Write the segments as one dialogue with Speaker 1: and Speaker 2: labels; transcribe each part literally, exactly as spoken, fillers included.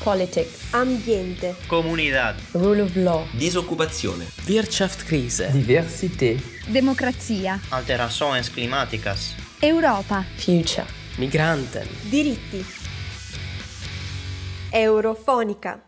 Speaker 1: Politics,
Speaker 2: ambiente,
Speaker 3: comunità,
Speaker 1: rule of law,
Speaker 4: disoccupazione,
Speaker 5: Wirtschaftskrise,
Speaker 6: diversità,
Speaker 7: democrazia,
Speaker 3: alterações climáticas,
Speaker 7: Europa,
Speaker 1: future,
Speaker 5: migranten,
Speaker 2: diritti. Eurofonica.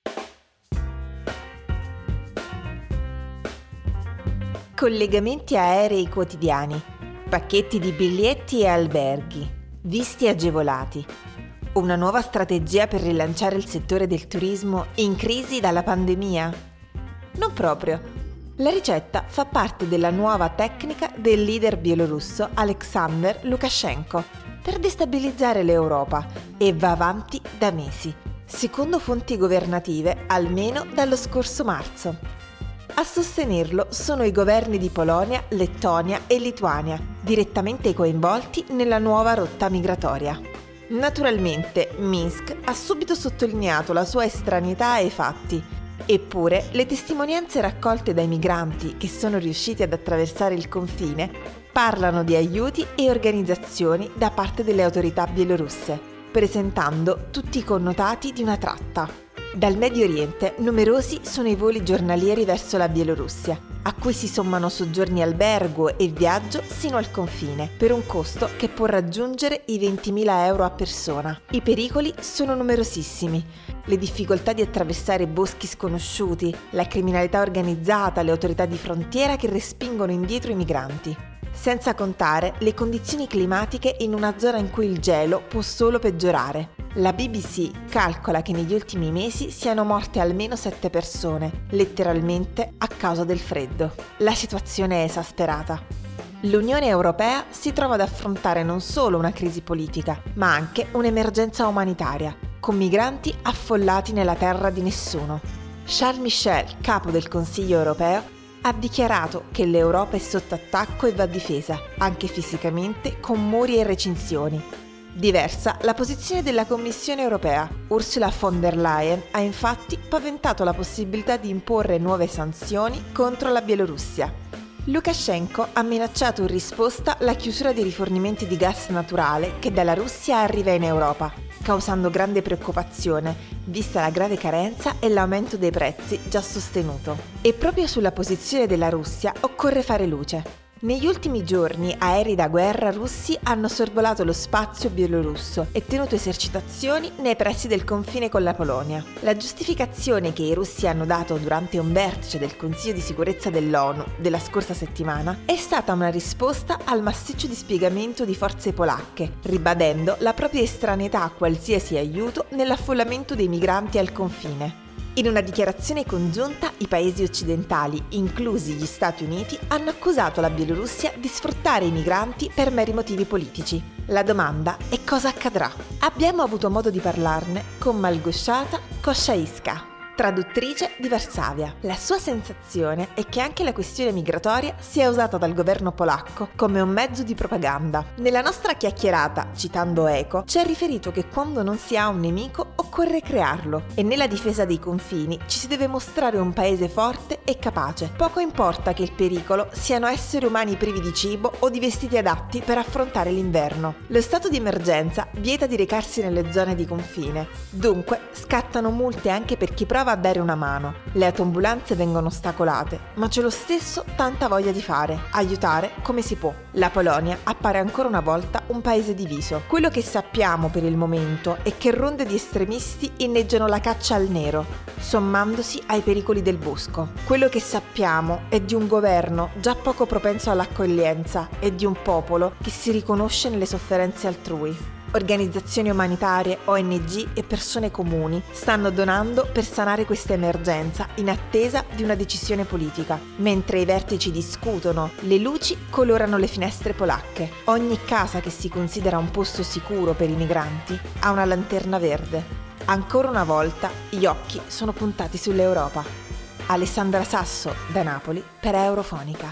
Speaker 2: Collegamenti aerei quotidiani, pacchetti di biglietti e alberghi, visti agevolati. Una nuova strategia per rilanciare il settore del turismo in crisi dalla pandemia? Non proprio. La ricetta fa parte della nuova tecnica del leader bielorusso Alexander Lukashenko per destabilizzare l'Europa e va avanti da mesi, secondo fonti governative almeno dallo scorso marzo. A sostenerlo sono i governi di Polonia, Lettonia e Lituania, direttamente coinvolti nella nuova rotta migratoria. Naturalmente, Minsk ha subito sottolineato la sua estraneità ai fatti, eppure le testimonianze raccolte dai migranti che sono riusciti ad attraversare il confine parlano di aiuti e organizzazioni da parte delle autorità bielorusse, presentando tutti i connotati di una tratta. Dal Medio Oriente numerosi sono i voli giornalieri verso la Bielorussia, a cui si sommano soggiorni albergo e viaggio sino al confine, per un costo che può raggiungere i ventimila euro a persona. I pericoli sono numerosissimi: le difficoltà di attraversare boschi sconosciuti, la criminalità organizzata, le autorità di frontiera che respingono indietro i migranti. Senza contare le condizioni climatiche in una zona in cui il gelo può solo peggiorare. La B B C calcola che negli ultimi mesi siano morte almeno sette persone, letteralmente a causa del freddo. La situazione è esasperata. L'Unione Europea si trova ad affrontare non solo una crisi politica, ma anche un'emergenza umanitaria, con migranti affollati nella terra di nessuno. Charles Michel, capo del Consiglio Europeo, ha dichiarato che l'Europa è sotto attacco e va difesa, anche fisicamente, con muri e recinzioni. Diversa la posizione della Commissione Europea. Ursula von der Leyen ha infatti paventato la possibilità di imporre nuove sanzioni contro la Bielorussia. Lukashenko ha minacciato in risposta la chiusura dei rifornimenti di gas naturale che dalla Russia arriva in Europa, causando grande preoccupazione, vista la grave carenza e l'aumento dei prezzi già sostenuto. E proprio sulla posizione della Russia occorre fare luce. Negli ultimi giorni aerei da guerra russi hanno sorvolato lo spazio bielorusso e tenuto esercitazioni nei pressi del confine con la Polonia. La giustificazione che i russi hanno dato durante un vertice del Consiglio di sicurezza dell'ONU della scorsa settimana è stata una risposta al massiccio dispiegamento di forze polacche, ribadendo la propria estraneità a qualsiasi aiuto nell'affollamento dei migranti al confine. In una dichiarazione congiunta, i paesi occidentali, inclusi gli Stati Uniti, hanno accusato la Bielorussia di sfruttare i migranti per meri motivi politici. La domanda è cosa accadrà. Abbiamo avuto modo di parlarne con Malgorzata Koszajska, traduttrice di Varsavia. La sua sensazione è che anche la questione migratoria sia usata dal governo polacco come un mezzo di propaganda. Nella nostra chiacchierata, citando Eco, ci ha riferito che quando non si ha un nemico occorre crearlo e nella difesa dei confini ci si deve mostrare un paese forte e capace. Poco importa che il pericolo siano esseri umani privi di cibo o di vestiti adatti per affrontare l'inverno. Lo stato di emergenza vieta di recarsi nelle zone di confine. Dunque, scattano multe anche per chi prova a dare una mano. Le autoambulanze vengono ostacolate, ma c'è lo stesso tanta voglia di fare, aiutare come si può. La Polonia appare ancora una volta un paese diviso. Quello che sappiamo per il momento è che ronde di estremisti inneggiano la caccia al nero, sommandosi ai pericoli del bosco. Quello che sappiamo è di un governo già poco propenso all'accoglienza e di un popolo che si riconosce nelle sofferenze altrui. Organizzazioni umanitarie, O N G e persone comuni stanno donando per sanare questa emergenza in attesa di una decisione politica. Mentre i vertici discutono, le luci colorano le finestre polacche. Ogni casa che si considera un posto sicuro per i migranti ha una lanterna verde. Ancora una volta gli occhi sono puntati sull'Europa. Alessandra Sasso da Napoli per Eurofonica.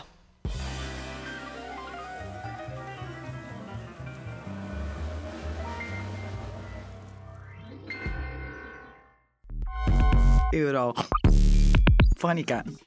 Speaker 5: Eurofonica.